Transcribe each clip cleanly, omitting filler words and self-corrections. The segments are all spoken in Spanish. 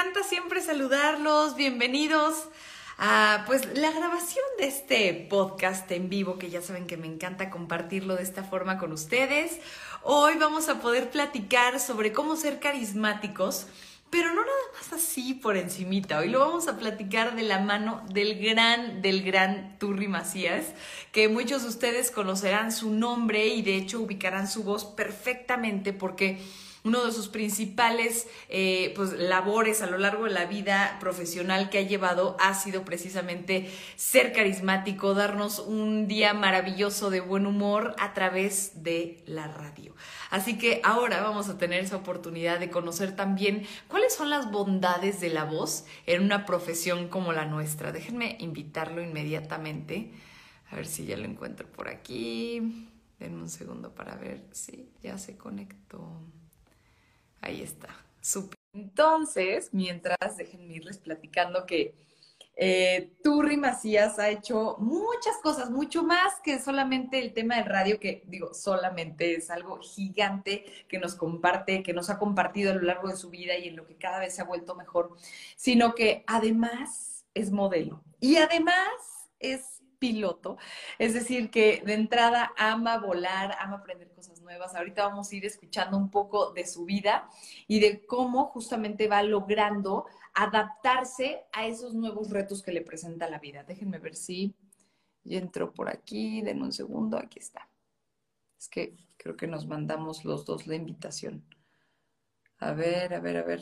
encanta siempre saludarlos. Bienvenidos a pues la grabación de este podcast en vivo, que ya saben que me encanta compartirlo de esta forma con ustedes. Hoy vamos a poder platicar sobre cómo ser carismáticos, pero no nada más así por encimita. Hoy lo vamos a platicar de la mano del gran Turri Macías, que muchos de ustedes conocerán su nombre y de hecho ubicarán su voz perfectamente porque uno de sus principales labores a lo largo de la vida profesional que ha llevado ha sido precisamente ser carismático, darnos un día maravilloso de buen humor a través de la radio. Así que ahora vamos a tener esa oportunidad de conocer también cuáles son las bondades de la voz en una profesión como la nuestra. Déjenme invitarlo inmediatamente, a ver si ya lo encuentro por aquí. Denme un segundo para ver si ya se conectó. Ahí está, súper. Entonces, mientras, déjenme irles platicando que Turri Macías ha hecho muchas cosas, mucho más que solamente el tema del radio, que digo, solamente es algo gigante que nos comparte, que nos ha compartido a lo largo de su vida y en lo que cada vez se ha vuelto mejor, sino que además es modelo y además es piloto, es decir, que de entrada ama volar, ama aprender cosas nuevas. Ahorita vamos a ir escuchando un poco de su vida y de cómo justamente va logrando adaptarse a esos nuevos retos que le presenta la vida. Déjenme ver si ya entró por aquí, denme un segundo, aquí está. Es que creo que nos mandamos los dos la invitación. A ver.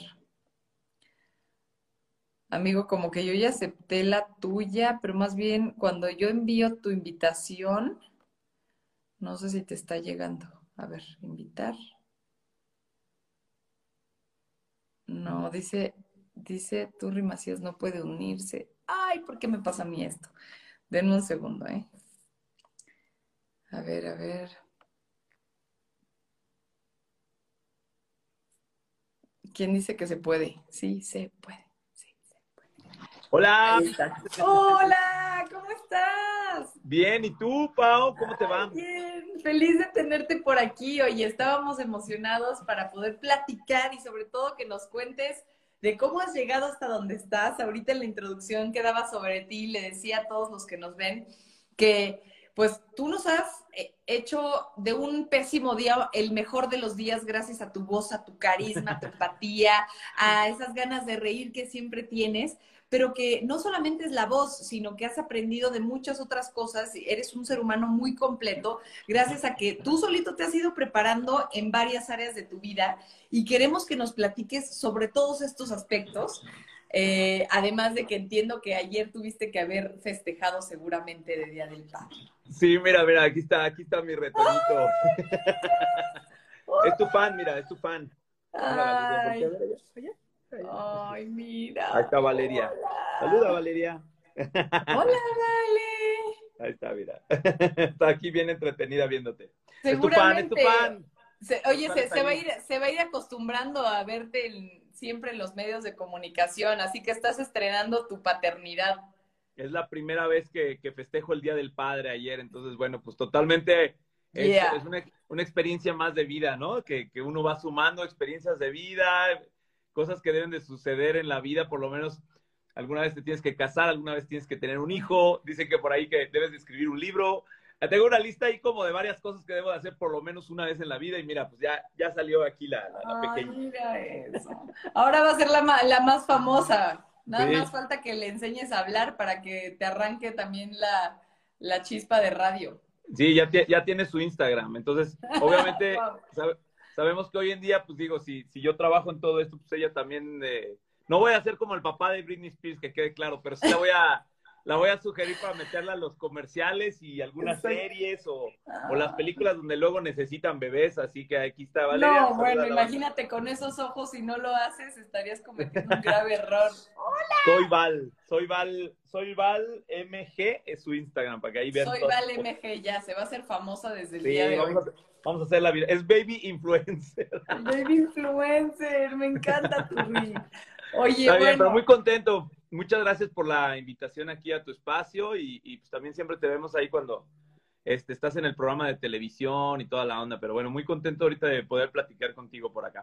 Amigo, como que yo ya acepté la tuya, pero más bien cuando yo envío tu invitación, no sé si te está llegando. A ver, invitar. No, dice Turri Macías no puede unirse. Ay, ¿por qué me pasa a mí esto? Denme un segundo, ¿eh? A ver. ¿Quién dice que se puede? Sí, se puede. Sí, se puede. Hola. Ahí está. Hola, ¿cómo estás? Bien, ¿y tú, Pau? ¿Cómo te Ay, va? bien, feliz de tenerte por aquí. Oye, estábamos emocionados para poder platicar y sobre todo que nos cuentes de cómo has llegado hasta donde estás. Ahorita en la introducción que daba sobre ti, le decía a todos los que nos ven que pues tú nos has hecho de un pésimo día el mejor de los días gracias a tu voz, a tu carisma, a tu empatía, a esas ganas de reír que siempre tienes, pero que no solamente es la voz, sino que has aprendido de muchas otras cosas, eres un ser humano muy completo, gracias a que tú solito te has ido preparando en varias áreas de tu vida y queremos que nos platiques sobre todos estos aspectos, además de que entiendo que ayer tuviste que haber festejado seguramente de Día del Padre. Sí, mira, aquí está mi retoñito. Es tu fan, mira, es tu fan. Hola, Valeria, voltea a Ay, ver allá. ay, Ahí mira. está Valeria. Saluda, Hola. Valeria. Hola, Vale. Ahí está, mira. Está aquí bien entretenida viéndote. Es tu Seguramente, fan. oye, Sales ahí. se va a ir acostumbrando a verte siempre en los medios de comunicación, así que estás estrenando tu paternidad. Es la primera vez que festejo el Día del Padre ayer, entonces, bueno, pues totalmente es Yeah. una experiencia más de vida, ¿no? Que uno va sumando experiencias de vida, cosas que deben de suceder en la vida, por lo menos alguna vez te tienes que casar, alguna vez tienes que tener un hijo, dicen que por ahí que debes de escribir un libro. Tengo una lista ahí como de varias cosas que debo de hacer por lo menos una vez en la vida y mira, pues ya salió aquí la Ay, pequeña. mira eso. Ahora va a ser la más famosa. Nada más Sí, falta que le enseñes a hablar para que te arranque también la chispa de radio. sí, ya tiene su Instagram. Entonces, obviamente, Wow. sabemos que hoy en día, pues digo, si yo trabajo en todo esto, pues ella también, no voy a ser como el papá de Britney Spears, que quede claro, pero sí la voy a sugerir para meterla a los comerciales y algunas series o las películas donde luego necesitan bebés. Así que aquí está Valeria, No, saluda bueno, a la banda. imagínate con esos ojos, si no lo haces, estarías cometiendo un grave error. Soy Val MG, es su Instagram, para que ahí vean Soy todas sus Vale fotos. MG ya, se va a hacer famosa desde el día Sí, de hoy. vamos a hacer la vida. Es baby influencer. Baby influencer, me encanta tu reel. Oye, Está bien, pero bueno, muy contento. Muchas gracias por la invitación aquí a tu espacio y pues también siempre te vemos ahí cuando estás en el programa de televisión y toda la onda. Pero bueno, muy contento ahorita de poder platicar contigo por acá.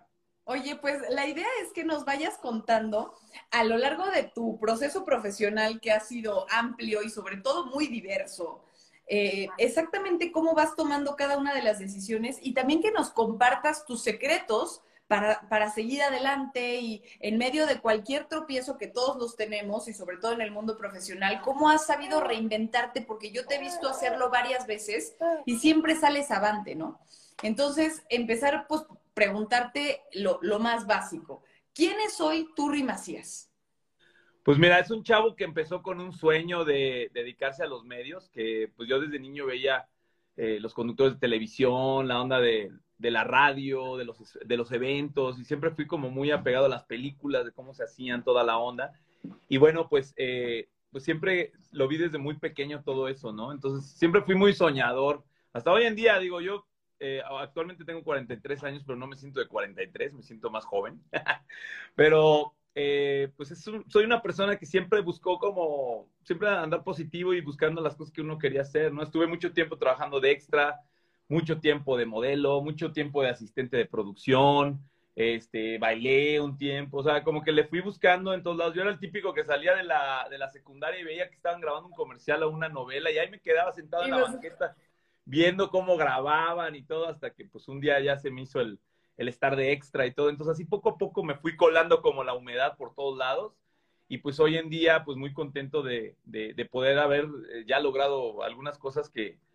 Oye, pues la idea es que nos vayas contando a lo largo de tu proceso profesional que ha sido amplio y sobre todo muy diverso, exactamente cómo vas tomando cada una de las decisiones y también que nos compartas tus secretos para seguir adelante y en medio de cualquier tropiezo que todos los tenemos y sobre todo en el mundo profesional, cómo has sabido reinventarte porque yo te he visto hacerlo varias veces y siempre sales avante, ¿no? Entonces, empezar pues preguntarte lo más básico. ¿Quién es hoy Turri Macías? Pues mira, es un chavo que empezó con un sueño de dedicarse a los medios, que pues yo desde niño veía los conductores de televisión, la onda de la radio, de los eventos, y siempre fui como muy apegado a las películas, de cómo se hacían toda la onda. Y bueno, pues siempre lo vi desde muy pequeño todo eso, ¿no? Entonces siempre fui muy soñador. Hasta hoy en día, digo, yo actualmente tengo 43 años, pero no me siento de 43, me siento más joven. Pero pues soy una persona que siempre buscó como, siempre andar positivo y buscando las cosas que uno quería hacer, ¿no? Estuve mucho tiempo trabajando de extra, mucho tiempo de modelo, mucho tiempo de asistente de producción, bailé un tiempo, o sea, como que le fui buscando en todos lados. Yo era el típico que salía de la secundaria y veía que estaban grabando un comercial o una novela y ahí me quedaba sentado en Y la los... banqueta viendo cómo grababan y todo, hasta que pues un día ya se me hizo el estar de extra y todo. Entonces así poco a poco me fui colando como la humedad por todos lados y pues hoy en día pues muy contento de poder haber ya logrado algunas cosas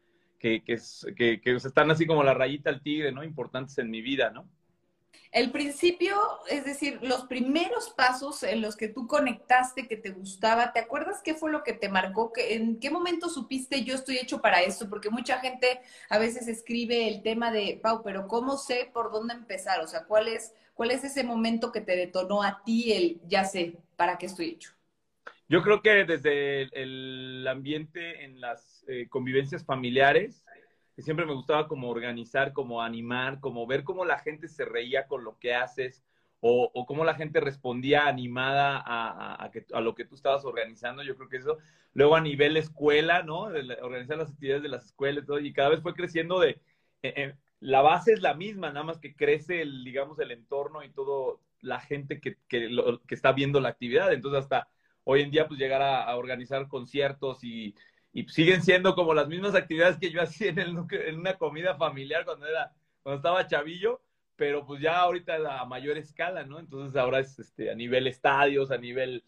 que están así como la rayita al tigre, ¿no? Importantes en mi vida, ¿no? El principio, es decir, los primeros pasos en los que tú conectaste, que te gustaba, ¿te acuerdas qué fue lo que te marcó? ¿En qué momento supiste yo estoy hecho para esto? Porque mucha gente a veces escribe el tema de, Pau, pero ¿cómo sé por dónde empezar? O sea, cuál es ese momento que te detonó a ti el ya sé para qué estoy hecho? Yo creo que desde el ambiente en las convivencias familiares, que siempre me gustaba como organizar, como animar, como ver cómo la gente se reía con lo que haces o cómo la gente respondía animada a lo que tú estabas organizando. Yo creo que eso. Luego a nivel escuela, ¿no? Organizar las actividades de las escuelas y todo, y cada vez fue creciendo la base es la misma, nada más que crece digamos, el entorno y todo la gente que está viendo la actividad. Entonces hasta hoy en día pues llegar a organizar conciertos y siguen siendo como las mismas actividades que yo hacía en una comida familiar cuando estaba chavillo, pero pues ya ahorita a mayor escala, ¿no? Entonces ahora es a nivel estadios, a nivel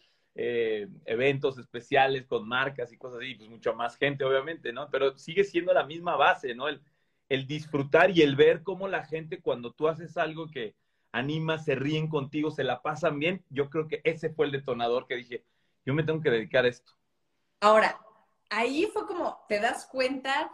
eventos especiales con marcas y cosas así, pues mucho más gente, obviamente, ¿no? Pero sigue siendo la misma base, ¿no? El disfrutar y el ver cómo la gente cuando tú haces algo que anima, se ríen contigo, se la pasan bien, yo creo que ese fue el detonador que dije, yo me tengo que dedicar a esto. Ahora, ahí fue como te das cuenta,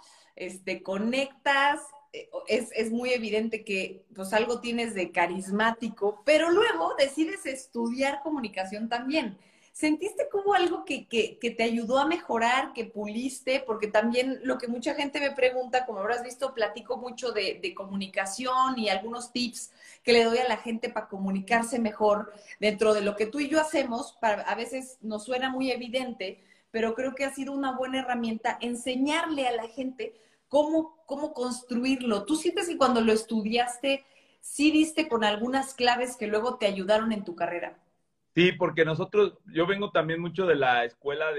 conectas, es muy evidente que pues algo tienes de carismático, pero luego decides estudiar comunicación también. ¿Sentiste como algo que te ayudó a mejorar, que puliste? Porque también lo que mucha gente me pregunta, como habrás visto, platico mucho de comunicación y algunos tips que le doy a la gente para comunicarse mejor dentro de lo que tú y yo hacemos. A veces nos suena muy evidente, pero creo que ha sido una buena herramienta enseñarle a la gente cómo construirlo. ¿Tú sientes que cuando lo estudiaste, sí diste con algunas claves que luego te ayudaron en tu carrera? Sí, porque yo vengo también mucho de la escuela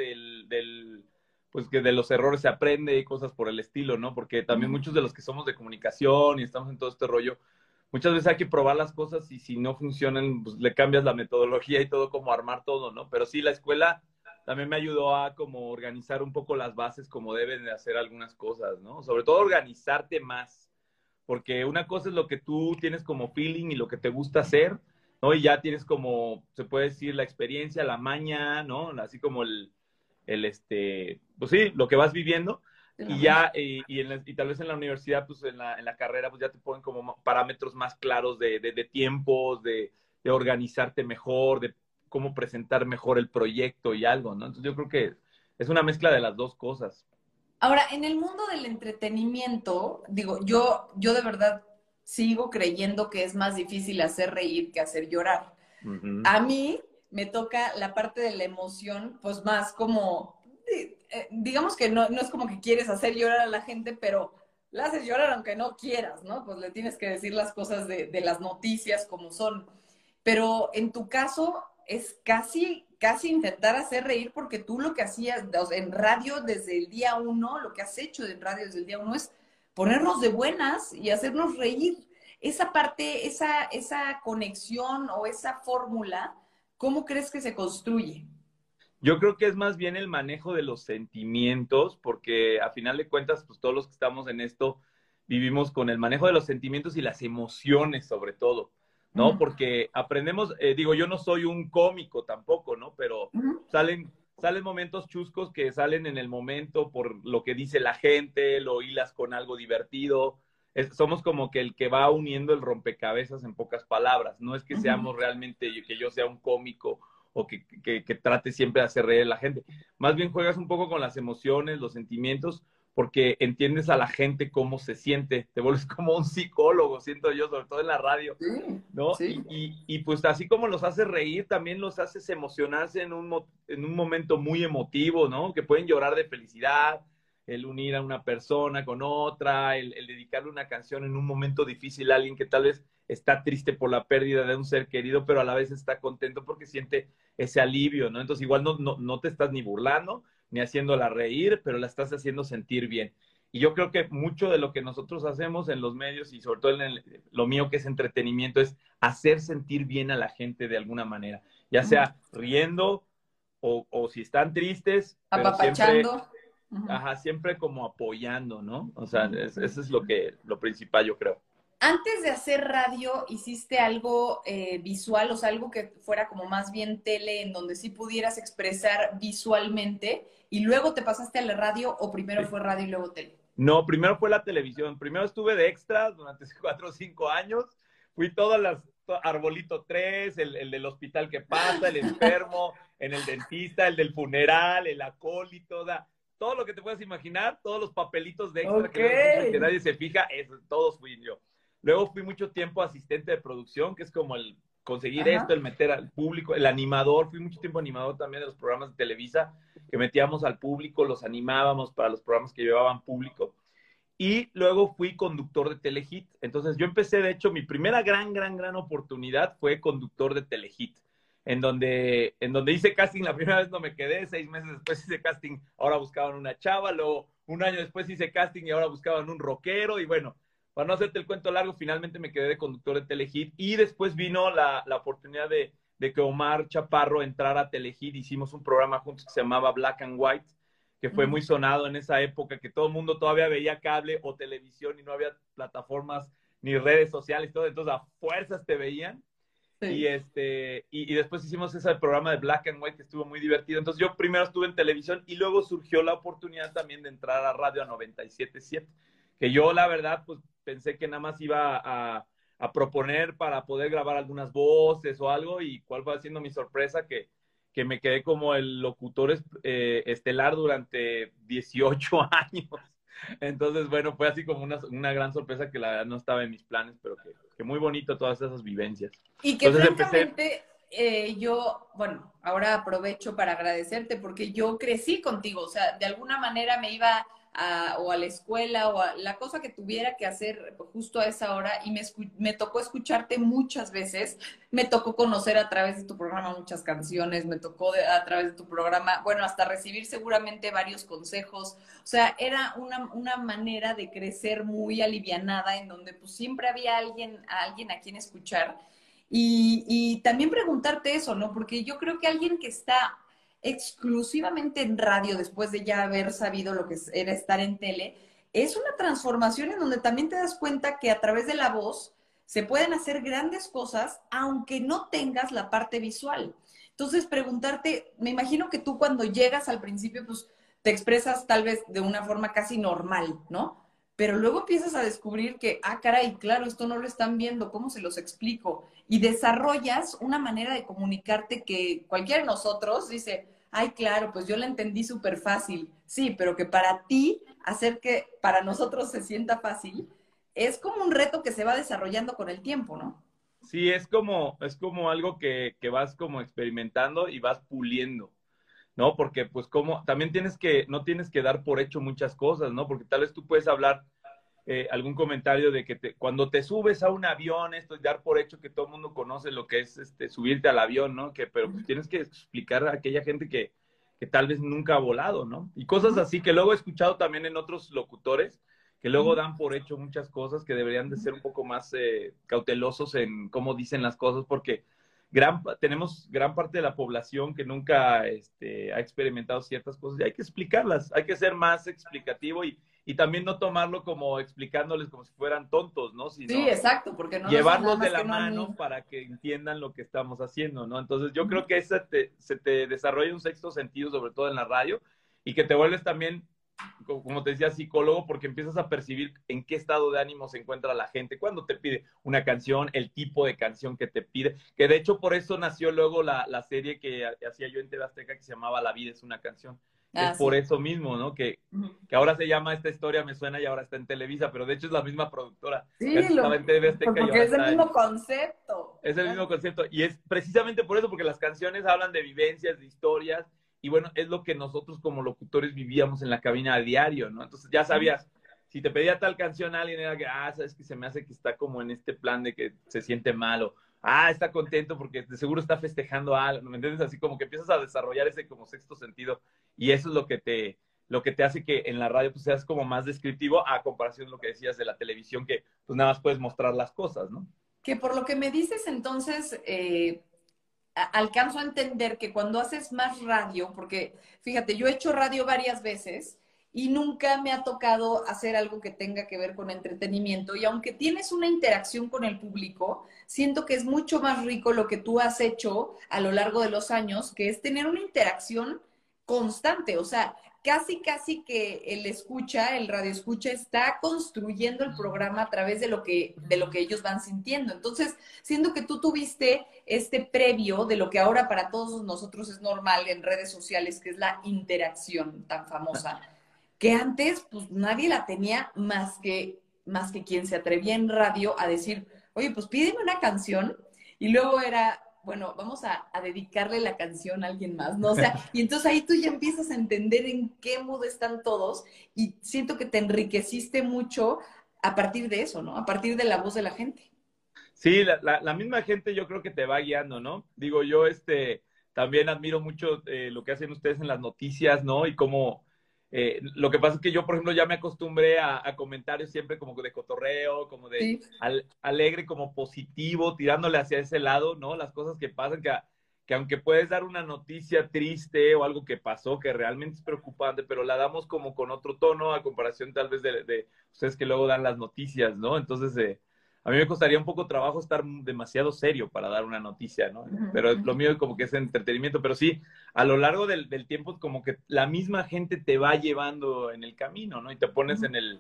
pues que de los errores se aprende y cosas por el estilo, ¿no? Porque también muchos de los que somos de comunicación y estamos en todo este rollo, muchas veces hay que probar las cosas y si no funcionan, pues le cambias la metodología y todo, como armar todo, ¿no? Pero sí, la escuela también me ayudó a como organizar un poco las bases como deben de hacer algunas cosas, ¿no? Sobre todo organizarte más, porque una cosa es lo que tú tienes como feeling y lo que te gusta hacer, ¿no? Y ya tienes como, se puede decir, la experiencia, la maña, ¿no? Así como pues sí, lo que vas viviendo. Y ya, y tal vez en la universidad, pues en la carrera, pues ya te ponen como parámetros más claros de tiempos, de organizarte mejor, de cómo presentar mejor el proyecto y algo, ¿no? Entonces yo creo que es una mezcla de las dos cosas. Ahora, en el mundo del entretenimiento, digo, yo de verdad sigo creyendo que es más difícil hacer reír que hacer llorar. Uh -huh. A mí me toca la parte de la emoción, pues más como, digamos que no es como que quieres hacer llorar a la gente, pero la haces llorar aunque no quieras, ¿no? Pues le tienes que decir las cosas de las noticias como son. Pero en tu caso es casi intentar hacer reír porque tú lo que hacías o sea, en radio desde el día uno, lo que has hecho en radio desde el día uno es ponernos de buenas y hacernos reír. Esa parte, esa conexión o esa fórmula, ¿cómo crees que se construye? Yo creo que es más bien el manejo de los sentimientos, porque a final de cuentas, pues todos los que estamos en esto vivimos con el manejo de los sentimientos y las emociones sobre todo, ¿no? Mm, Porque aprendemos, digo, yo no soy un cómico tampoco, ¿no? Pero mm, salen momentos chuscos que salen en el momento por lo que dice la gente, lo hilas con algo divertido. Somos como que el que va uniendo el rompecabezas en pocas palabras. No es que mm, seamos realmente, que yo sea un cómico o que trate siempre de hacer reír a la gente. Más bien juegas un poco con las emociones, los sentimientos, porque entiendes a la gente cómo se siente. Te vuelves como un psicólogo, siento yo, sobre todo en la radio, sí, ¿no? sí. Y pues así como los haces reír, también los haces emocionarse en un momento muy emotivo, ¿no? Que pueden llorar de felicidad, el unir a una persona con otra, el dedicarle una canción en un momento difícil a alguien que tal vez está triste por la pérdida de un ser querido, pero a la vez está contento porque siente ese alivio, ¿no? Entonces igual no te estás ni burlando, ni haciéndola reír, pero la estás haciendo sentir bien. Y yo creo que mucho de lo que nosotros hacemos en los medios y sobre todo lo mío que es entretenimiento es hacer sentir bien a la gente de alguna manera, ya Mm. sea riendo o si están tristes, pero siempre, Apapachando. Ujú. ajá, siempre como apoyando, ¿no? O sea, Ujú. eso es lo principal, yo creo. Antes de hacer radio, ¿hiciste algo visual, o sea, algo que fuera como más bien tele, en donde sí pudieras expresar visualmente, y luego te pasaste a la radio, o primero Sí. fue radio y luego tele? No, primero fue la televisión. Primero estuve de extras durante 4 o 5 años. Fui todas Arbolito 3, el del hospital que pasa, el enfermo, en el dentista, el del funeral, el acólito, todo lo que te puedas imaginar, todos los papelitos de extra Ok. que luego sienten que nadie se fija, todos fui yo. Luego fui mucho tiempo asistente de producción, que es como el conseguir esto, Ajá. el meter al público, el animador. Fui mucho tiempo animador también de los programas de Televisa, que metíamos al público, los animábamos para los programas que llevaban público. Y luego fui conductor de Telehit. Entonces yo empecé, de hecho, mi primera gran oportunidad fue conductor de Telehit, en donde hice casting la primera vez, no me quedé, 6 meses después hice casting, ahora buscaban una chava, luego un año después hice casting y ahora buscaban un rockero, y bueno, para no hacerte el cuento largo, finalmente me quedé de conductor de Telehit, y después vino la oportunidad de que Omar Chaparro entrara a Telehit. Hicimos un programa juntos que se llamaba Black and White, que fue Ujú. muy sonado en esa época, que todo el mundo todavía veía cable o televisión y no había plataformas ni redes sociales, todo, entonces a fuerzas te veían. Y, Sí. y después hicimos ese programa de Black and White que estuvo muy divertido. Entonces yo primero estuve en televisión y luego surgió la oportunidad también de entrar a radio a 97.7, que yo la verdad pues pensé que nada más iba a proponer para poder grabar algunas voces o algo, y cuál fue haciendo mi sorpresa que me quedé como el locutor estelar durante 18 años. Entonces, bueno, fue así como una gran sorpresa que la verdad no estaba en mis planes, pero que muy bonito todas esas vivencias. Y que Entonces empecé, francamente yo, bueno, ahora aprovecho para agradecerte porque yo crecí contigo, o sea, de alguna manera me iba o a la escuela o a la cosa que tuviera que hacer justo a esa hora y me tocó escucharte muchas veces, me tocó conocer a través de tu programa muchas canciones, me tocó a través de tu programa, bueno, hasta recibir seguramente varios consejos, o sea, era una manera de crecer muy alivianada en donde pues siempre había alguien a quien escuchar. Y también preguntarte eso, ¿no? Porque yo creo que alguien que está exclusivamente en radio después de ya haber sabido lo que era estar en tele, es una transformación en donde también te das cuenta que a través de la voz se pueden hacer grandes cosas aunque no tengas la parte visual. Entonces, preguntarte, me imagino que tú cuando llegas al principio, pues te expresas tal vez de una forma casi normal, ¿no? Pero luego empiezas a descubrir que, ah, caray, claro, esto no lo están viendo, ¿cómo se los explico? Y desarrollas una manera de comunicarte que cualquiera de nosotros dice, ay, claro, pues yo la entendí súper fácil. Sí, pero que para ti, hacer que para nosotros se sienta fácil, es como un reto que se va desarrollando con el tiempo, ¿no? sí, es como algo que vas como experimentando y vas puliendo, ¿no? Porque pues como también no tienes que dar por hecho muchas cosas, ¿no? Porque tal vez tú puedes hablar algún comentario de que cuando te subes a un avión, esto es dar por hecho que todo el mundo conoce lo que es subirte al avión, ¿no? Pero pues tienes que explicar a aquella gente que tal vez nunca ha volado, ¿no? Y cosas así que luego he escuchado también en otros locutores, que luego dan por hecho muchas cosas que deberían de ser un poco más cautelosos en cómo dicen las cosas, porque tenemos gran parte de la población que nunca ha experimentado ciertas cosas y hay que explicarlas, hay que ser más explicativo y también no tomarlo como explicándoles como si fueran tontos, ¿no? Sí, Sino exacto, porque no nos nada llevarlos de más la que no han... mano para que entiendan lo que estamos haciendo, ¿no? Entonces yo creo que se te desarrolla un sexto sentido, sobre todo en la radio, y que te vuelves también, como te decía, psicólogo, porque empiezas a percibir en qué estado de ánimo se encuentra la gente, cuando te pide una canción, el tipo de canción que te pide, que de hecho por eso nació luego la serie que hacía yo en TV Azteca que se llamaba La vida es una canción. Es por sí. eso mismo, ¿no? Que ahora se llama Esta historia me suena y ahora está en Televisa, pero de hecho es la misma productora. Sí, Que antes estaba en TV Azteca y porque ahora es el está mismo concepto. es el mismo concepto. Y es precisamente por eso, porque las canciones hablan de vivencias, de historias, y bueno, es lo que nosotros como locutores vivíamos en la cabina a diario, ¿no? Entonces ya sabías, si te pedía tal canción alguien era que, sabes que se me hace que está como en este plan de que se siente mal, o, está contento porque de seguro está festejando algo, ¿me entiendes? Así como que empiezas a desarrollar ese como sexto sentido, y eso es lo que te hace que en la radio pues seas como más descriptivo a comparación de lo que decías de la televisión, que pues nada más puedes mostrar las cosas, ¿no? Que por lo que me dices entonces, alcanzo a entender que cuando haces más radio, porque fíjate, yo he hecho radio varias veces y nunca me ha tocado hacer algo que tenga que ver con entretenimiento, y aunque tienes una interacción con el público, siento que es mucho más rico lo que tú has hecho a lo largo de los años, que es tener una interacción constante, o sea, casi que el radio escucha está construyendo el programa a través de lo que ellos van sintiendo. Entonces, siendo que tú tuviste este previo de lo que ahora para todos nosotros es normal en redes sociales, que es la interacción tan famosa, que antes pues nadie la tenía más que quien se atrevía en radio a decir, oye, pues pídeme una canción, y luego era, bueno, vamos a dedicarle la canción a alguien más, ¿no? O sea, y entonces ahí tú ya empiezas a entender en qué mood están todos, y siento que te enriqueciste mucho a partir de eso, ¿no? A partir de la voz de la gente. Sí, la misma gente yo creo que te va guiando, ¿no? Digo, yo también admiro mucho lo que hacen ustedes en las noticias, ¿no? Y cómo, lo que pasa es que yo, por ejemplo, ya me acostumbré a comentarios siempre como de cotorreo, como de Sí. alegre, como positivo, tirándole hacia ese lado, ¿no? Las cosas que pasan, que aunque puedes dar una noticia triste o algo que pasó que realmente es preocupante, pero la damos como con otro tono a comparación tal vez de ustedes que luego dan las noticias, ¿no? Entonces, a mí me costaría un poco trabajo estar demasiado serio para dar una noticia, ¿no? Pero lo mío como que es entretenimiento, pero sí, a lo largo del tiempo como que la misma gente te va llevando en el camino, ¿no? Y te pones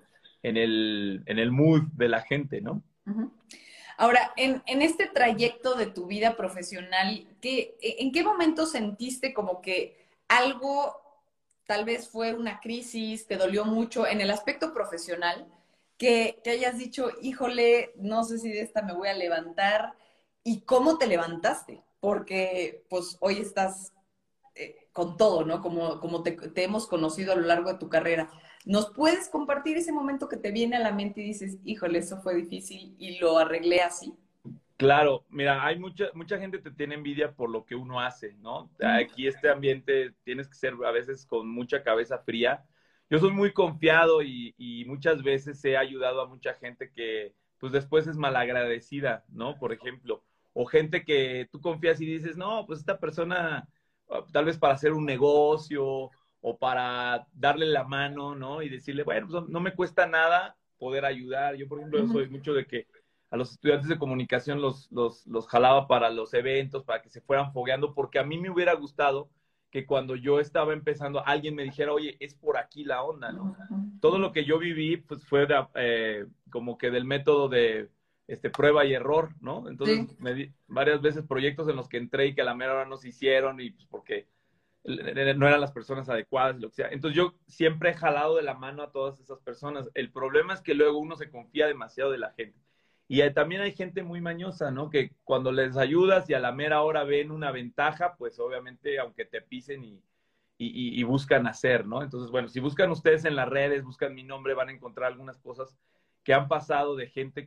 en el mood de la gente, ¿no? Ahora, en este trayecto de tu vida profesional, ¿en qué momento sentiste como que algo tal vez fue una crisis, te dolió mucho en el aspecto profesional, que hayas dicho, híjole, no sé si de esta me voy a levantar, y cómo te levantaste? Porque pues hoy estás con todo, ¿no? Como te hemos conocido a lo largo de tu carrera. ¿Nos puedes compartir ese momento que te viene a la mente y dices, híjole, eso fue difícil y lo arreglé así? Claro, mira, hay mucha gente te tiene envidia por lo que uno hace, ¿no? Aquí este ambiente tienes que ser a veces con mucha cabeza fría. Yo soy muy confiado y muchas veces he ayudado a mucha gente que pues después es malagradecida, ¿no? Por ejemplo, o gente que tú confías y dices, no, pues esta persona tal vez para hacer un negocio o para darle la mano, ¿no? Y decirle, bueno, pues no me cuesta nada poder ayudar. Yo, por ejemplo, yo soy mucho de que a los estudiantes de comunicación los jalaba para los eventos, para que se fueran fogueando, porque a mí me hubiera gustado que cuando yo estaba empezando alguien me dijera, oye, es por aquí la onda, ¿no? Todo lo que yo viví pues fue como que del método de prueba y error, ¿no? Entonces Sí. me di varias veces proyectos en los que entré y que a la mera hora no se hicieron y pues porque no eran las personas adecuadas, lo que sea. Entonces yo siempre he jalado de la mano a todas esas personas. El problema es que luego uno se confía demasiado de la gente. Y también hay gente muy mañosa, ¿no? Que cuando les ayudas y a la mera hora ven una ventaja, pues obviamente, aunque te pisen y buscan hacer, ¿no? Entonces, bueno, si buscan ustedes en las redes, buscan mi nombre, van a encontrar algunas cosas que han pasado de gente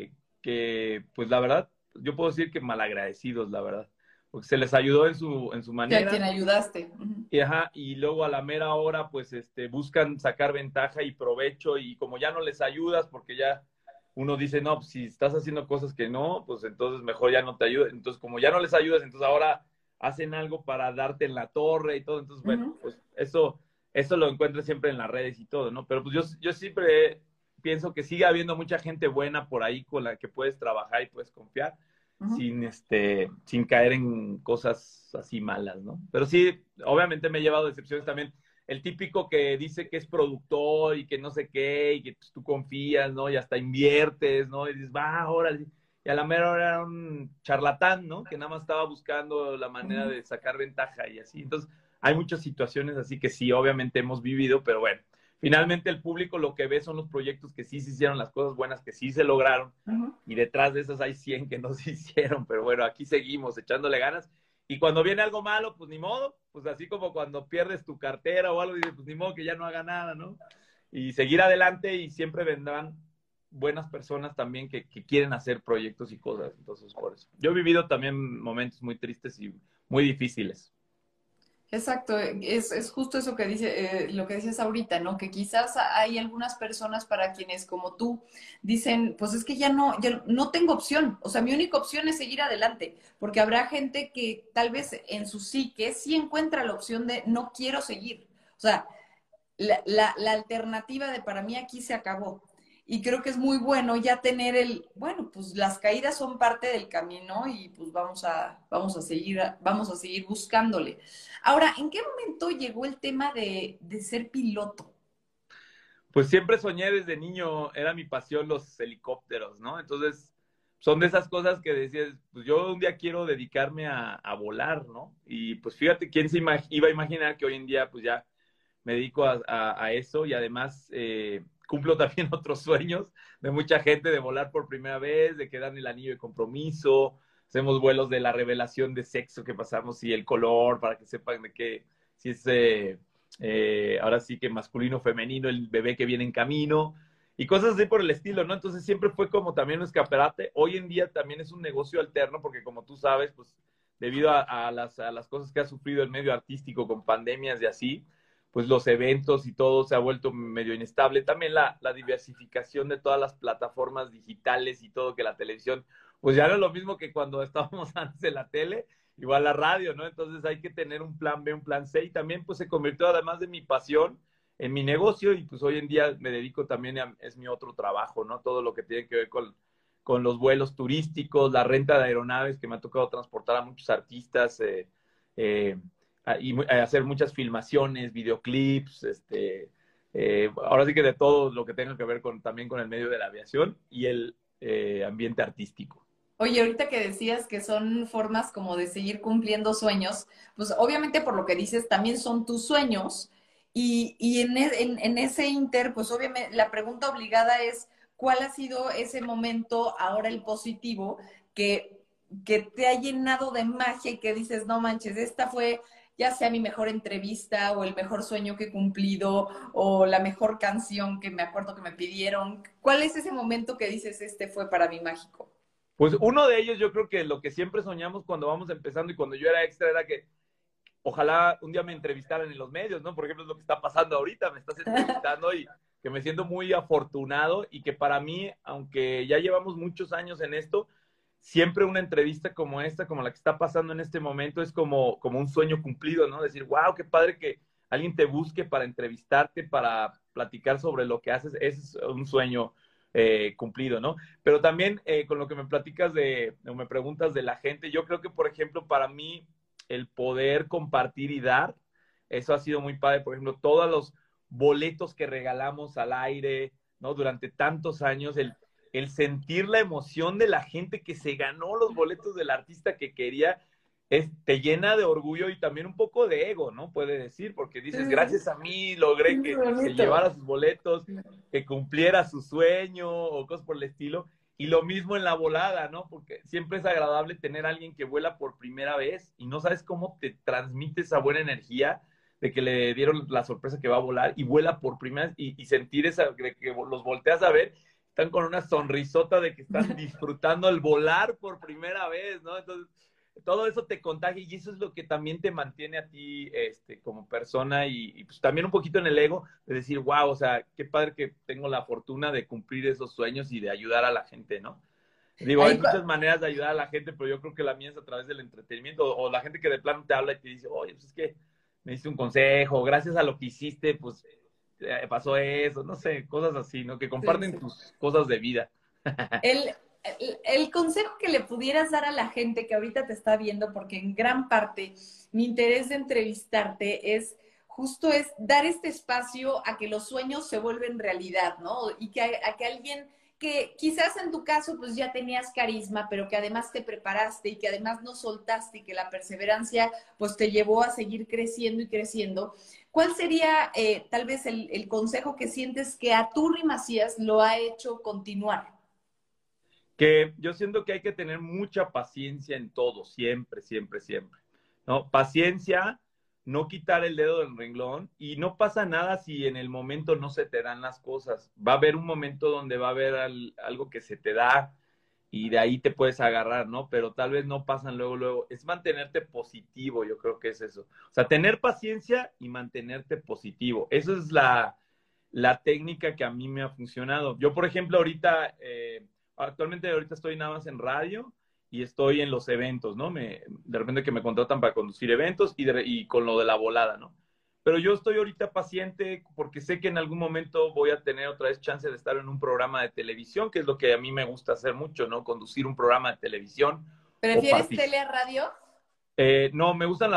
pues la verdad, yo puedo decir que malagradecidos, la verdad, porque se les ayudó en su Que a manera. quien ayudaste. Y, ajá, y luego a la mera hora, pues, buscan sacar ventaja y provecho, y como ya no les ayudas, porque ya uno dice, no, pues, si estás haciendo cosas que no, pues entonces mejor ya no te ayudas. Entonces, como ya no les ayudas, entonces ahora hacen algo para darte en la torre y todo. Entonces, bueno, pues eso lo encuentras siempre en las redes y todo, ¿no? Pero pues yo siempre pienso que sigue habiendo mucha gente buena por ahí con la que puedes trabajar y puedes confiar sin caer en cosas así malas, ¿no? Pero sí, obviamente me he llevado decepciones también. El típico que dice que es productor y que no sé qué, y que pues, tú confías, ¿no? Y hasta inviertes, ¿no? Y dices, va, órale. Y a la mera hora era un charlatán, ¿no? Que nada más estaba buscando la manera de sacar ventaja y así. Entonces, hay muchas situaciones así que sí, obviamente hemos vivido, pero bueno, finalmente el público lo que ve son los proyectos que sí se hicieron, las cosas buenas que sí se lograron, y detrás de esas hay 100 que no se hicieron, pero bueno, aquí seguimos echándole ganas. Y cuando viene algo malo, pues ni modo, pues así como cuando pierdes tu cartera o algo, dices, pues ni modo que ya no haga nada, ¿no? Y seguir adelante, y siempre vendrán buenas personas también que quieren hacer proyectos y cosas. Entonces, por eso. Yo he vivido también momentos muy tristes y muy difíciles. Exacto, es justo eso que lo que dices ahorita, ¿no? Que quizás hay algunas personas para quienes, como tú, dicen, pues es que ya no tengo opción, o sea, mi única opción es seguir adelante, porque habrá gente que tal vez en su psique sí encuentra la opción de no quiero seguir, o sea, la alternativa de para mí aquí se acabó. Y creo que es muy bueno ya tener bueno, pues las caídas son parte del camino y pues vamos a seguir buscándole. Ahora, ¿en qué momento llegó el tema de ser piloto? Pues siempre soñé desde niño, era mi pasión los helicópteros, ¿no? Entonces, son de esas cosas que decías, pues yo un día quiero dedicarme a volar, ¿no? Y pues fíjate, ¿quién iba a imaginar que hoy en día pues ya me dedico a eso, y además cumplo también otros sueños de mucha gente, de volar por primera vez, de quedar en el anillo de compromiso, hacemos vuelos de la revelación de sexo que pasamos y el color para que sepan de qué, si es ahora sí que masculino, femenino, el bebé que viene en camino y cosas así por el estilo, ¿no? Entonces siempre fue como también un escaparate. Hoy en día también es un negocio alterno porque, como tú sabes, pues debido a las cosas que ha sufrido el medio artístico con pandemias y así, pues los eventos y todo se ha vuelto medio inestable. También la diversificación de todas las plataformas digitales y todo, que la televisión, pues ya no es lo mismo que cuando estábamos antes en la tele, igual la radio, ¿no? Entonces hay que tener un plan B, un plan C, y también pues se convirtió, además de mi pasión, en mi negocio, y pues hoy en día me dedico también es mi otro trabajo, ¿no? Todo lo que tiene que ver con los vuelos turísticos, la renta de aeronaves, que me ha tocado transportar a muchos artistas, y hacer muchas filmaciones, videoclips, ahora sí que de todo lo que tenga que ver también con el medio de la aviación y el ambiente artístico. Oye, ahorita que decías que son formas como de seguir cumpliendo sueños, pues obviamente por lo que dices también son tus sueños y en ese inter, pues obviamente la pregunta obligada es, ¿cuál ha sido ese momento, ahora el positivo, que, que te ha llenado de magia y que dices, no manches, esta fue ya sea mi mejor entrevista o el mejor sueño que he cumplido o la mejor canción que me acuerdo que me pidieron? ¿Cuál es ese momento que dices, este fue para mí mágico? Pues uno de ellos, yo creo que lo que siempre soñamos cuando vamos empezando y cuando yo era extra, era que ojalá un día me entrevistaran en los medios, ¿no? Por ejemplo, es lo que está pasando ahorita, me estás entrevistando, y que me siento muy afortunado, y que para mí, aunque ya llevamos muchos años en esto, siempre una entrevista como esta, como la que está pasando en este momento, es como un sueño cumplido, ¿no? Decir, wow, qué padre que alguien te busque para entrevistarte, para platicar sobre lo que haces, es un sueño cumplido, ¿no? Pero también con lo que me platicas o me preguntas de la gente, yo creo que, por ejemplo, para mí, el poder compartir y dar, eso ha sido muy padre. Por ejemplo, todos los boletos que regalamos al aire, ¿no? Durante tantos años, el sentir la emoción de la gente que se ganó los boletos del artista que quería, te llena de orgullo y también un poco de ego, ¿no? Puede decir, porque dices, gracias a mí logré Qué que bonito. llevara sus boletos, que cumpliera su sueño o cosas por el estilo. Y lo mismo en la volada, ¿no? Porque siempre es agradable tener a alguien que vuela por primera vez y no sabes cómo te transmite esa buena energía de que le dieron la sorpresa que va a volar y vuela por primera vez, y sentir esa, de que los volteas a ver, están con una sonrisota de que están disfrutando el volar por primera vez, ¿no? Entonces, todo eso te contagia y eso es lo que también te mantiene a ti como persona y pues también un poquito en el ego de decir, wow, o sea, qué padre que tengo la fortuna de cumplir esos sueños y de ayudar a la gente, ¿no? Digo, hay Ahí, muchas maneras de ayudar a la gente, pero yo creo que la mía es a través del entretenimiento o la gente que de plano te habla y te dice, oye, pues es que me diste un consejo, gracias a lo que hiciste, pues pasó eso, no sé, cosas así, ¿no? Que sí, comparten sí. tus cosas de vida. El, el consejo que le pudieras dar a la gente que ahorita te está viendo, porque en gran parte mi interés de entrevistarte es justo es dar este espacio a que los sueños se vuelven realidad, ¿no? Y que a que alguien que quizás en tu caso pues ya tenías carisma, pero que además te preparaste y que además no soltaste y que la perseverancia pues te llevó a seguir creciendo y creciendo. ¿Cuál sería tal vez el consejo que sientes que a Turri Macías lo ha hecho continuar? Que yo siento que hay que tener mucha paciencia en todo, siempre, siempre, siempre, ¿no? Paciencia, no quitar el dedo del renglón y no pasa nada si en el momento no se te dan las cosas. Va a haber un momento donde va a haber algo que se te da y de ahí te puedes agarrar, ¿no? Pero tal vez no pasan luego, luego. Es mantenerte positivo, yo creo que es eso. O sea, tener paciencia y mantenerte positivo. Esa es la técnica que a mí me ha funcionado. Yo, por ejemplo, actualmente ahorita estoy nada más en radio y estoy en los eventos, ¿no? De repente que me contratan para conducir eventos y con lo de la volada, ¿no? Pero yo estoy ahorita paciente porque sé que en algún momento voy a tener otra vez chance de estar en un programa de televisión, que es lo que a mí me gusta hacer mucho, ¿no? Conducir un programa de televisión o ¿Prefieres participar. tele a radio? No,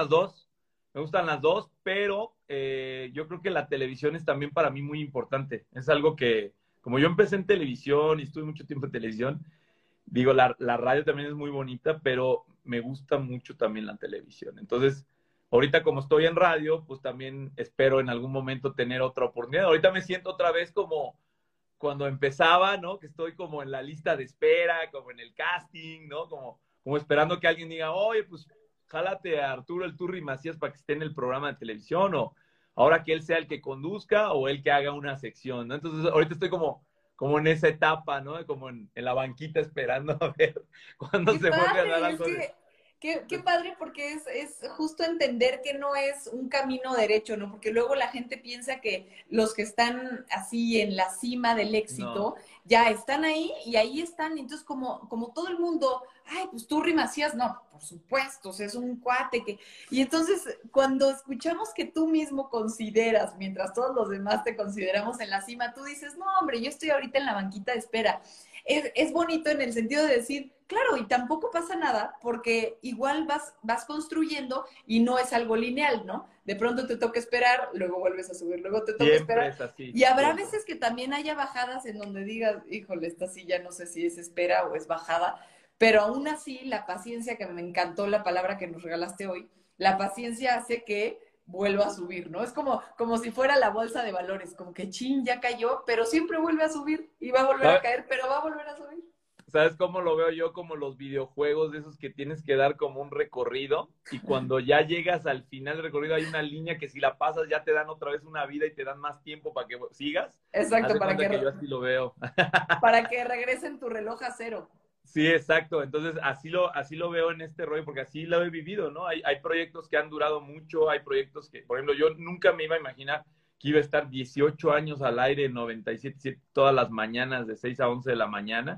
me gustan las dos, pero yo creo que la televisión es también para mí muy importante. Es algo que, como yo empecé en televisión y estuve mucho tiempo en televisión, digo, la radio también es muy bonita, pero me gusta mucho también la televisión. Entonces, ahorita como estoy en radio, pues también espero en algún momento tener otra oportunidad. Ahorita me siento otra vez como cuando empezaba, ¿no? Que estoy como en la lista de espera, como en el casting, ¿no? Como esperando que alguien diga, oye, pues jálate a Arturo el Turri Macías para que esté en el programa de televisión, o ahora que él sea el que conduzca o él que haga una sección, ¿no? Entonces, ahorita estoy como en esa etapa, ¿no? Como en la banquita esperando a ver cuándo Qué se vuelve a dar padre, es algo que qué padre porque es justo entender que no es un camino derecho, ¿no? Porque luego la gente piensa que los que están así en la cima del No. éxito ya están ahí y ahí están. Entonces, como todo el mundo, ay, pues tú Rimacías, no, por supuesto, o sea, es un cuate que. Y entonces, cuando escuchamos que tú mismo consideras, mientras todos los demás te consideramos en la cima, tú dices, no, hombre, yo estoy ahorita en la banquita de espera. Es bonito en el sentido de decir, claro, y tampoco pasa nada porque igual vas construyendo y no es algo lineal, ¿no? De pronto te toca esperar, luego vuelves a subir, luego te toca Siempre esperar. es así, Y habrá siempre. veces que también haya bajadas en donde digas, híjole, esta silla no sé si es espera o es bajada, pero aún así la paciencia, que me encantó la palabra que nos regalaste hoy, la paciencia hace que vuelva a subir, ¿no? Es como si fuera la bolsa de valores, como que chin, ya cayó, pero siempre vuelve a subir y va a volver a ¿Sabes? caer, pero va a volver a subir. ¿Sabes cómo lo veo yo? Como los videojuegos de esos que tienes que dar como un recorrido y cuando ya llegas al final del recorrido hay una línea que si la pasas ya te dan otra vez una vida y te dan más tiempo para que sigas. Haz Exacto, de cuenta que yo así lo veo. para que regresen tu reloj a cero. Sí, exacto. Entonces, así lo veo en este rollo, porque así lo he vivido, ¿no? Hay proyectos que han durado mucho, hay proyectos que, por ejemplo, yo nunca me iba a imaginar que iba a estar 18 años al aire, 97 todas las mañanas, de 6 a 11 de la mañana.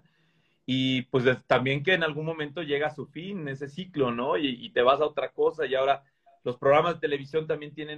Y pues también que en algún momento llega a su fin ese ciclo, ¿no? Y te vas a otra cosa y ahora los programas de televisión también tienen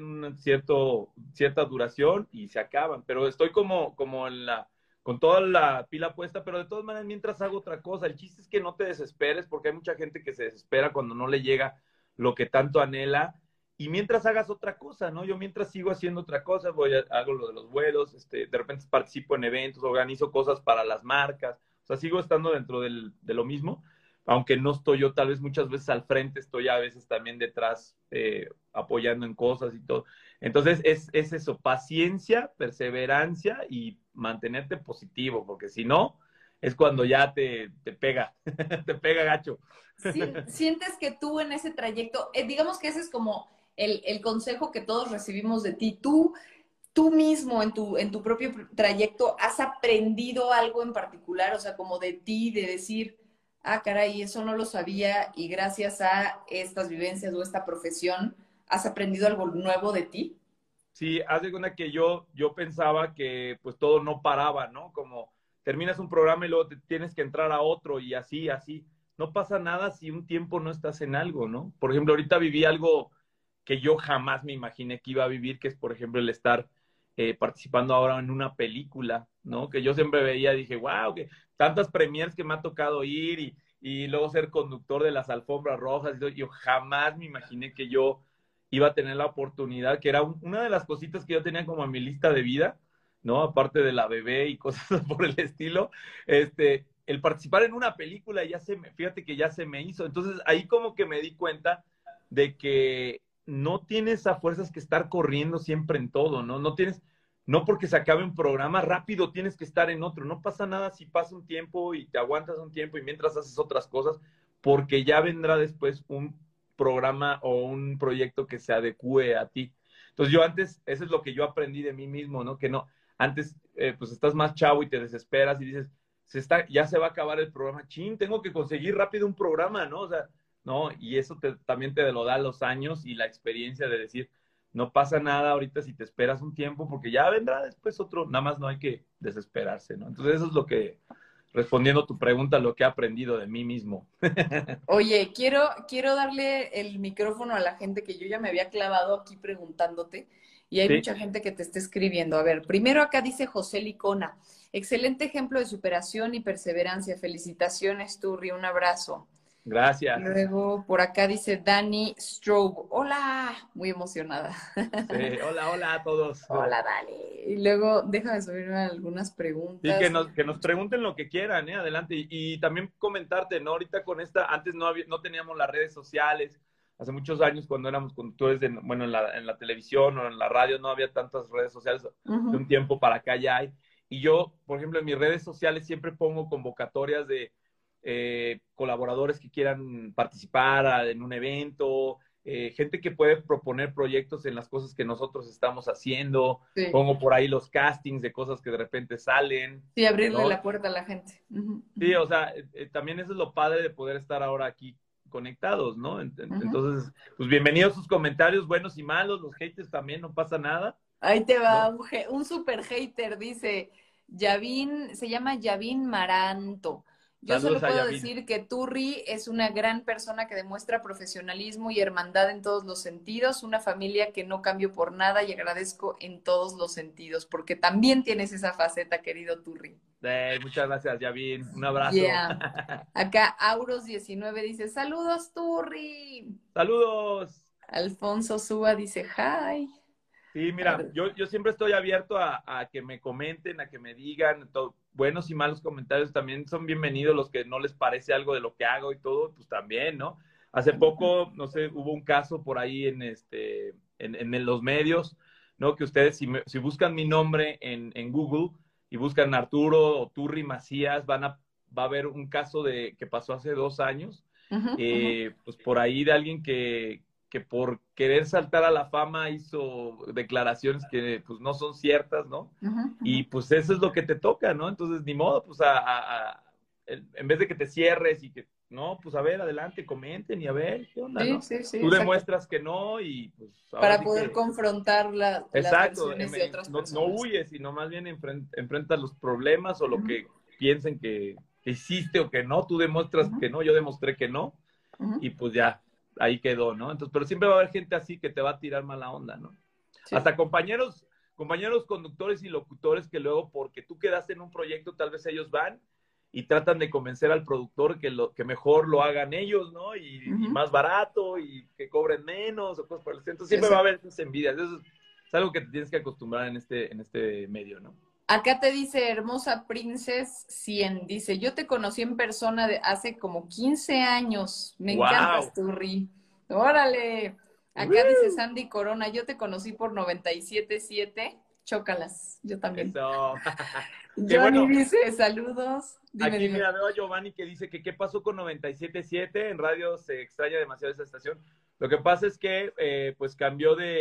cierta duración y se acaban, pero estoy como con toda la pila puesta, pero de todas maneras mientras hago otra cosa, el chiste es que no te desesperes porque hay mucha gente que se desespera cuando no le llega lo que tanto anhela y mientras hagas otra cosa, ¿no? Yo mientras sigo haciendo otra cosa, hago lo de los vuelos, de repente participo en eventos, organizo cosas para las marcas, o sea, sigo estando dentro de lo mismo, aunque no estoy yo tal vez muchas veces al frente, estoy a veces también detrás apoyando en cosas y todo. Entonces es eso, paciencia, perseverancia y mantenerte positivo, porque si no, es cuando ya te pega, te pega gacho. Sientes que tú en ese trayecto, digamos que ese es como el consejo que todos recibimos de ti. Tú tú mismo en tu propio trayecto has aprendido algo en particular, o sea, como de ti, de decir, ah, caray, eso no lo sabía y gracias a estas vivencias o esta profesión, ¿has aprendido algo nuevo de ti? Sí, haz de cuenta que yo pensaba que pues todo no paraba, ¿no? Como terminas un programa y luego te tienes que entrar a otro y así, así. No pasa nada si un tiempo no estás en algo, ¿no? Por ejemplo, ahorita viví algo que yo jamás me imaginé que iba a vivir, que es, por ejemplo, el estar participando ahora en una película, ¿no? Que yo siempre veía, dije, wow, que tantas premiers que me ha tocado ir y luego ser conductor de las alfombras rojas. Y todo. Yo jamás me imaginé que yo iba a tener la oportunidad, que era una de las cositas que yo tenía como en mi lista de vida, ¿no? Aparte de la bebé y cosas por el estilo, el participar en una película fíjate que ya se me hizo. Entonces ahí como que me di cuenta de que no tienes a fuerzas que estar corriendo siempre en todo, ¿no? No porque se acabe un programa rápido tienes que estar en otro. No pasa nada si pasa un tiempo y te aguantas un tiempo y mientras haces otras cosas, porque ya vendrá después un programa o un proyecto que se adecue a ti. Entonces yo antes, eso es lo que yo aprendí de mí mismo, ¿no? Que no, antes pues estás más chavo y te desesperas y dices, ya se va a acabar el programa, chin, tengo que conseguir rápido un programa, ¿no? O sea, no, y eso también te lo da los años y la experiencia de decir, no pasa nada ahorita si te esperas un tiempo, porque ya vendrá después otro, nada más no hay que desesperarse, ¿no? Entonces eso es lo que, respondiendo a tu pregunta, lo que he aprendido de mí mismo. Oye, quiero darle el micrófono a la gente que yo ya me había clavado aquí preguntándote y hay Sí, mucha gente que te está escribiendo. A ver, primero acá dice José Licona, excelente ejemplo de superación y perseverancia. Felicitaciones, Turri, un abrazo. gracias. Luego por acá dice Dani Strobe, hola, muy emocionada. Sí, hola, hola a todos. Hola, Dani. Y luego déjame subirme algunas Sí, preguntas. que nos pregunten lo que quieran, ¿eh? Adelante. Y también comentarte, ¿no? Ahorita con esta, antes no teníamos las redes sociales. Hace muchos años cuando éramos conductores bueno, en la televisión o en la radio no había tantas redes sociales. De un Ujú. tiempo para acá ya hay. Y yo, por ejemplo, en mis redes sociales siempre pongo convocatorias de colaboradores que quieran participar en un evento, gente que puede proponer proyectos en las cosas que nosotros estamos haciendo. Sí, Pongo por ahí los castings de cosas que de repente salen, sí, abrirle ¿no? la puerta a la gente. Ujú, Sí, ujú, o sea, también eso es lo padre de poder estar ahora aquí conectados, ¿no? ujú. Entonces, pues bienvenidos sus comentarios, buenos y malos, los haters también, no pasa nada, Ahí te va ¿no? un super hater, dice Yavin, se llama Yavin Maranto. Yo Saludos solo a puedo Yavin. decir que Turri es una gran persona que demuestra profesionalismo y hermandad en todos los sentidos, una familia que no cambio por nada y agradezco en todos los sentidos, porque también tienes esa faceta, querido Turri. Muchas gracias, Yavin. Un abrazo. Yeah. Acá Auros19 dice, saludos, Turri. Saludos. Alfonso Suba dice, hi. Sí, mira, yo siempre estoy abierto a que me comenten, a que me digan, buenos y malos comentarios también son bienvenidos, los que no les parece algo de lo que hago y todo, pues también, ¿no? Hace poco, no sé, hubo un caso por ahí en los medios, ¿no? Que ustedes, si buscan mi nombre en Google y buscan Arturo o Turri Macías, va a haber un caso que pasó hace 2 años, Ujú, ujú, pues por ahí de alguien que por querer saltar a la fama hizo declaraciones que pues no son ciertas, ¿no? ujú, ujú. Y pues eso es lo que te toca, ¿no? Entonces, ni modo, pues en vez de que te cierres y que, no, pues a ver, adelante, comenten y a ver, ¿qué onda, Sí, no? sí, sí, Tú exacto. demuestras que no y pues ahora Para sí poder que, confrontar las exacto, versiones de otras no personas. huyes, sino más bien enfrentas los problemas o lo Ujú, que piensen que hiciste o que no, tú demuestras ujú, que no, yo demostré que no ujú. y pues ya, ahí quedó, ¿no? Entonces, pero siempre va a haber gente así que te va a tirar mala onda, ¿no? Sí. Hasta compañeros conductores y locutores que luego, porque tú quedaste en un proyecto, tal vez ellos van y tratan de convencer al productor que mejor lo hagan ellos, ¿no? Y Ujú, más barato y que cobren menos o cosas por el estilo. Entonces siempre va a exacto. haber esas envidias. Eso es algo que te tienes que acostumbrar en este medio, ¿no? Acá te dice Hermosa Princess 100. Dice, yo te conocí en persona de hace como 15 años. Me encantas, ¡Wow! Turri. Órale. Acá dice ¡Woo! Sandy Corona, yo te conocí por 97.7. Chócalas, yo también. Eso. Que Johnny bueno, dice, saludos. Dime, aquí, dime. mira, veo a Giovanni que dice que qué pasó con 97.7, en radio se extraña demasiado esa estación. Lo que pasa es que pues cambió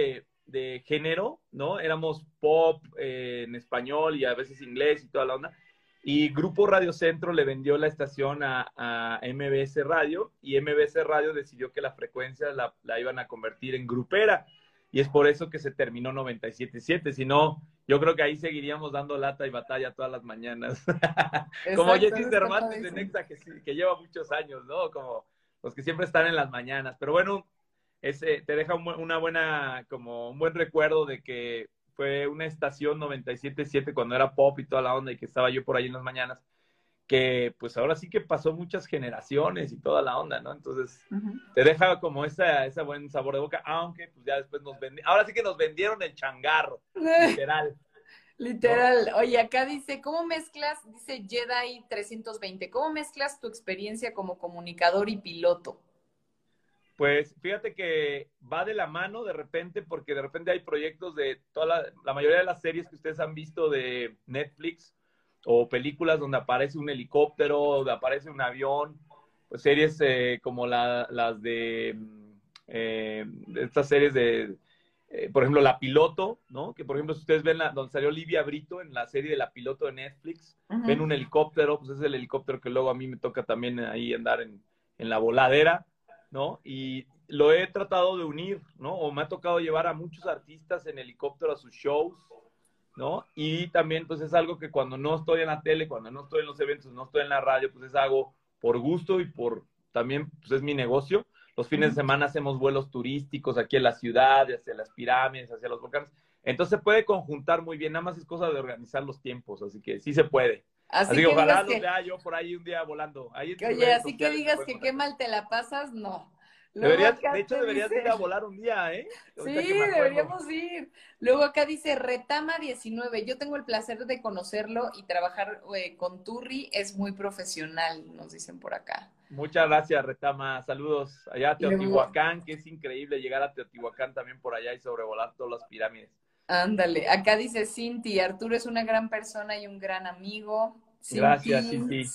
de género, ¿no? Éramos pop en español y a veces inglés y toda la onda. Y Grupo Radio Centro le vendió la estación a MBS Radio y MBS Radio decidió que la frecuencia la iban a convertir en grupera. Y es por eso que se terminó 97.7. Si no, yo creo que ahí seguiríamos dando lata y batalla todas las mañanas. Como Exacto, Jessy Cervantes de Nexa, que lleva muchos años, ¿no? Como los que siempre están en las mañanas. Pero bueno, te deja una buena, como un buen recuerdo de que fue una estación 97.7 cuando era pop y toda la onda y que estaba yo por ahí en las mañanas, que pues ahora sí que pasó muchas generaciones y toda la onda, ¿no? Entonces te deja como esa buen sabor de boca, aunque pues ya después ahora sí que nos vendieron el changarro, literal. Literal. ¿No? Oye, acá dice, ¿cómo mezclas? Dice Jedi 320, ¿cómo mezclas tu experiencia como comunicador y piloto? Pues fíjate que va de la mano de repente, porque de repente hay proyectos de la mayoría de las series que ustedes han visto de Netflix o películas donde aparece un helicóptero, donde aparece un avión, pues series como las de estas series de, por ejemplo, La Piloto, ¿no? Que por ejemplo, si ustedes ven donde salió Livia Brito en la serie de La Piloto de Netflix, ven un helicóptero, pues es el helicóptero que luego a mí me toca también ahí andar en la voladera, ¿no? Y lo he tratado de unir, ¿no? O me ha tocado llevar a muchos artistas en helicóptero a sus shows, ¿no? Y también, pues es algo que cuando no estoy en la tele, cuando no estoy en los eventos, no estoy en la radio, pues es algo por gusto y también, pues es mi negocio. Los fines de semana hacemos vuelos turísticos aquí en la ciudad, hacia las pirámides, hacia los volcanes. Entonces se puede conjuntar muy bien, nada más es cosa de organizar los tiempos, así que sí se puede. Así que ojalá los vea yo por ahí un día volando. Ahí oye, así que digas que qué mal te la pasas, no. De hecho, deberías ir a volar un día, ¿eh? Sí, deberíamos ir. Luego acá dice Retama 19. Yo tengo el placer de conocerlo y trabajar con Turri. Es muy profesional, nos dicen por acá. Muchas gracias, Retama. Saludos allá a Teotihuacán, que es increíble llegar a Teotihuacán también por allá y sobrevolar todas las pirámides. Ándale. Acá dice Cinti, Arturo es una gran persona y un gran amigo. Gracias, Cinti.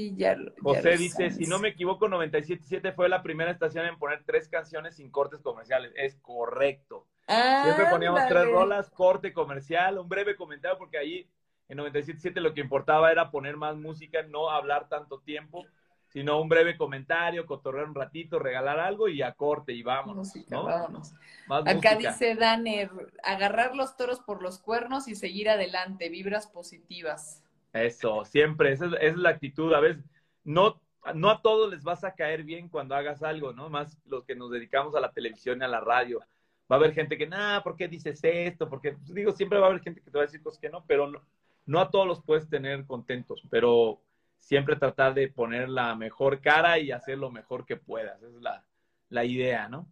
José dice, si no me equivoco, 97.7 fue la primera estación en poner 3 canciones sin cortes comerciales. Es correcto. Siempre poníamos 3 rolas, corte comercial, un breve comentario, porque ahí en 97.7 lo que importaba era poner más música, no hablar tanto tiempo, sino un breve comentario, cotorrear un ratito, regalar algo y a corte y vámonos. Música, ¿no? Vámonos. Más acá música. Dice Daner, agarrar los toros por los cuernos y seguir adelante, vibras positivas. Eso, siempre, esa es la actitud. A veces, no a todos les vas a caer bien cuando hagas algo, ¿no? Más los que nos dedicamos a la televisión y a la radio. Va a haber gente que, ¿por qué dices esto? Porque, pues, digo, siempre va a haber gente que te va a decir cosas que no, pero no a todos los puedes tener contentos, pero siempre tratar de poner la mejor cara y hacer lo mejor que puedas. Esa es la idea, ¿no?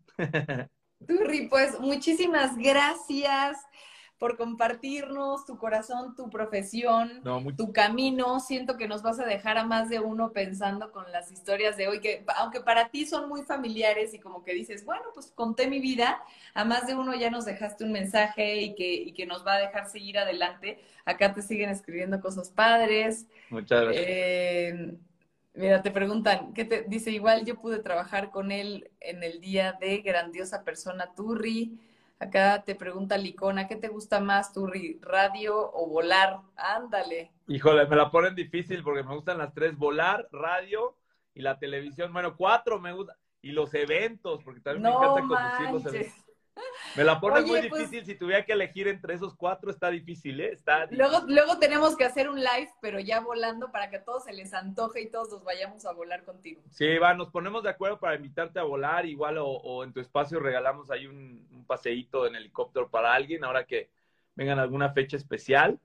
Turri, pues, muchísimas gracias por compartirnos tu corazón, tu profesión, tu camino. Siento que nos vas a dejar a más de uno pensando con las historias de hoy, que aunque para ti son muy familiares y como que dices, bueno, pues conté mi vida, a más de uno ya nos dejaste un mensaje y que nos va a dejar seguir adelante. Acá te siguen escribiendo cosas padres. Muchas gracias. Mira, te preguntan, dice, igual yo pude trabajar con él en el día de grandiosa persona Turri. Acá te pregunta Licona, ¿qué te gusta más, Turri, radio o volar? Ándale. Híjole, me la ponen difícil porque me gustan las 3, volar, radio y la televisión. Bueno, 4 me gusta. Y los eventos, porque también me encanta conducir los eventos. Me la ponen muy difícil, si tuviera que elegir entre esos 4 está difícil, ¿eh? Está difícil. Luego tenemos que hacer un live, pero ya volando para que a todos se les antoje y todos nos vayamos a volar contigo. Sí, nos ponemos de acuerdo para invitarte a volar, igual o en tu espacio regalamos ahí un paseíto en helicóptero para alguien, ahora que vengan a alguna fecha especial.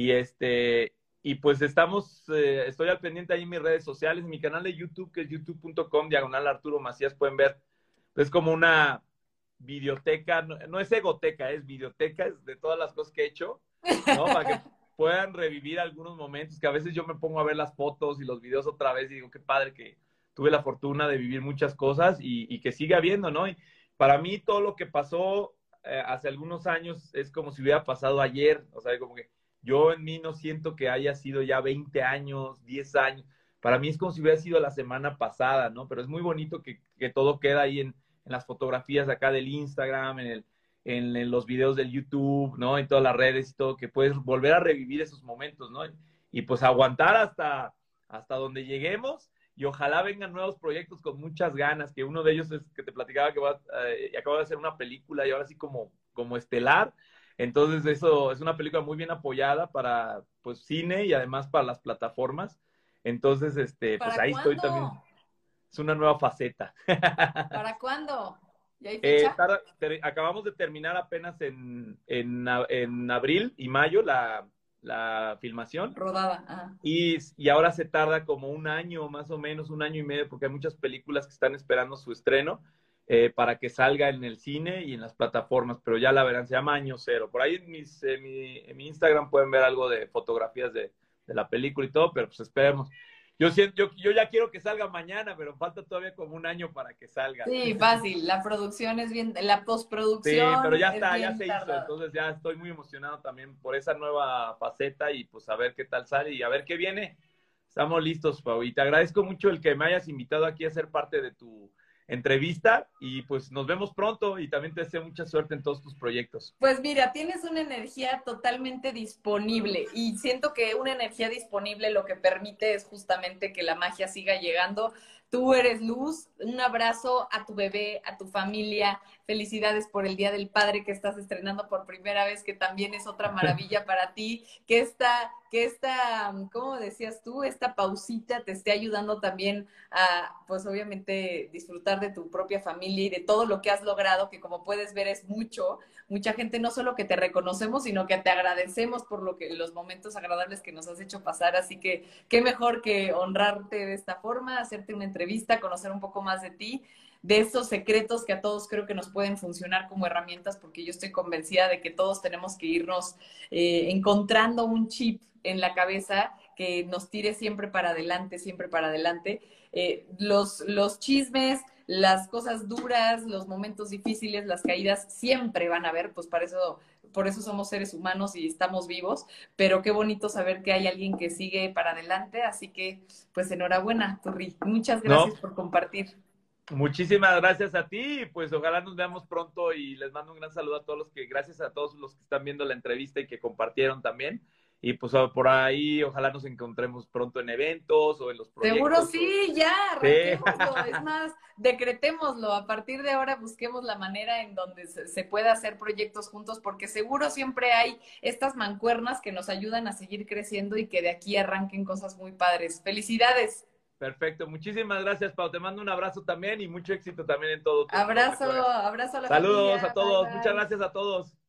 Y pues estoy al pendiente ahí en mis redes sociales, mi canal de YouTube, que es youtube.com/Arturo Macías, pueden ver, es como una videoteca, no es egoteca, es videoteca, es de todas las cosas que he hecho, ¿no? Para que puedan revivir algunos momentos, que a veces yo me pongo a ver las fotos y los videos otra vez y digo, qué padre que tuve la fortuna de vivir muchas cosas y que siga habiendo, ¿no? Y para mí todo lo que pasó hace algunos años es como si hubiera pasado ayer, o sea, como que yo en mí no siento que haya sido ya 20 años, 10 años, para mí es como si hubiera sido la semana pasada, ¿no? Pero es muy bonito que todo queda ahí en las fotografías acá del Instagram, en en los videos del YouTube, ¿no? En todas las redes y todo, que puedes volver a revivir esos momentos, ¿no? Y pues aguantar hasta donde lleguemos y ojalá vengan nuevos proyectos con muchas ganas, que uno de ellos es que te platicaba que acabo de hacer una película y ahora sí como estelar. Entonces eso es una película muy bien apoyada para pues cine y además para las plataformas. Entonces, pues ¿Para ahí estoy también. cuándo? Es una nueva faceta. ¿Para cuándo? ¿Ya hay fecha? Acabamos de terminar apenas en abril y mayo la filmación Rodada. Ajá. y ahora se tarda como un año, más o menos, un año y medio, porque hay muchas películas que están esperando su estreno para que salga en el cine y en las plataformas, pero ya la verán, se llama Año Cero. Por ahí en mi Instagram pueden ver algo de fotografías de la película y todo, pero pues esperemos. Yo ya quiero que salga mañana, pero falta todavía como un año para que salga. Sí, fácil. La producción es bien, la Sí, pero postproducción ya es está, ya bien se hizo, tardada. entonces ya estoy muy emocionado también por esa nueva faceta y pues a ver qué tal sale y a ver qué viene. Estamos listos, Pau, y te agradezco mucho el que me hayas invitado aquí a ser parte de tu entrevista y pues nos vemos pronto y también te deseo mucha suerte en todos tus proyectos. Pues mira, tienes una energía totalmente disponible y siento que una energía disponible lo que permite es justamente que la magia siga llegando. Tú eres luz, un abrazo a tu bebé, a tu familia, felicidades por el Día del Padre que estás estrenando por primera vez, que también es otra maravilla para ti, que esta, ¿cómo decías tú? Esta pausita te esté ayudando también a, pues obviamente, disfrutar de tu propia familia y de todo lo que has logrado, que como puedes ver es mucho. Mucha gente no solo que te reconocemos, sino que te agradecemos por los momentos agradables que nos has hecho pasar. Así que qué mejor que honrarte de esta forma, hacerte una entrevista, conocer un poco más de ti, de estos secretos que a todos creo que nos pueden funcionar como herramientas, porque yo estoy convencida de que todos tenemos que irnos encontrando un chip en la cabeza que nos tire siempre para adelante, siempre para adelante. Los chismes, las cosas duras, los momentos difíciles, las caídas siempre van a haber, pues por eso somos seres humanos y estamos vivos, pero qué bonito saber que hay alguien que sigue para adelante, así que pues enhorabuena, Turri. Muchas gracias No, por compartir. muchísimas gracias a ti, pues ojalá nos veamos pronto y les mando un gran saludo a todos gracias a todos los que están viendo la entrevista y que compartieron también. Y pues por ahí ojalá nos encontremos pronto en eventos o en los Seguro proyectos. sí, ya, Sí. arranquémoslo. Es más, decretémoslo. A partir de ahora busquemos la manera en donde se pueda hacer proyectos juntos, porque seguro siempre hay estas mancuernas que nos ayudan a seguir creciendo y que de aquí arranquen cosas muy padres. ¡Felicidades! Perfecto, muchísimas gracias, Pau. Te mando un abrazo también y mucho éxito también en todo lo que Abrazo, tú hagas. abrazo a la Saludos a familia. Bye, todos, muchas bye. gracias a todos.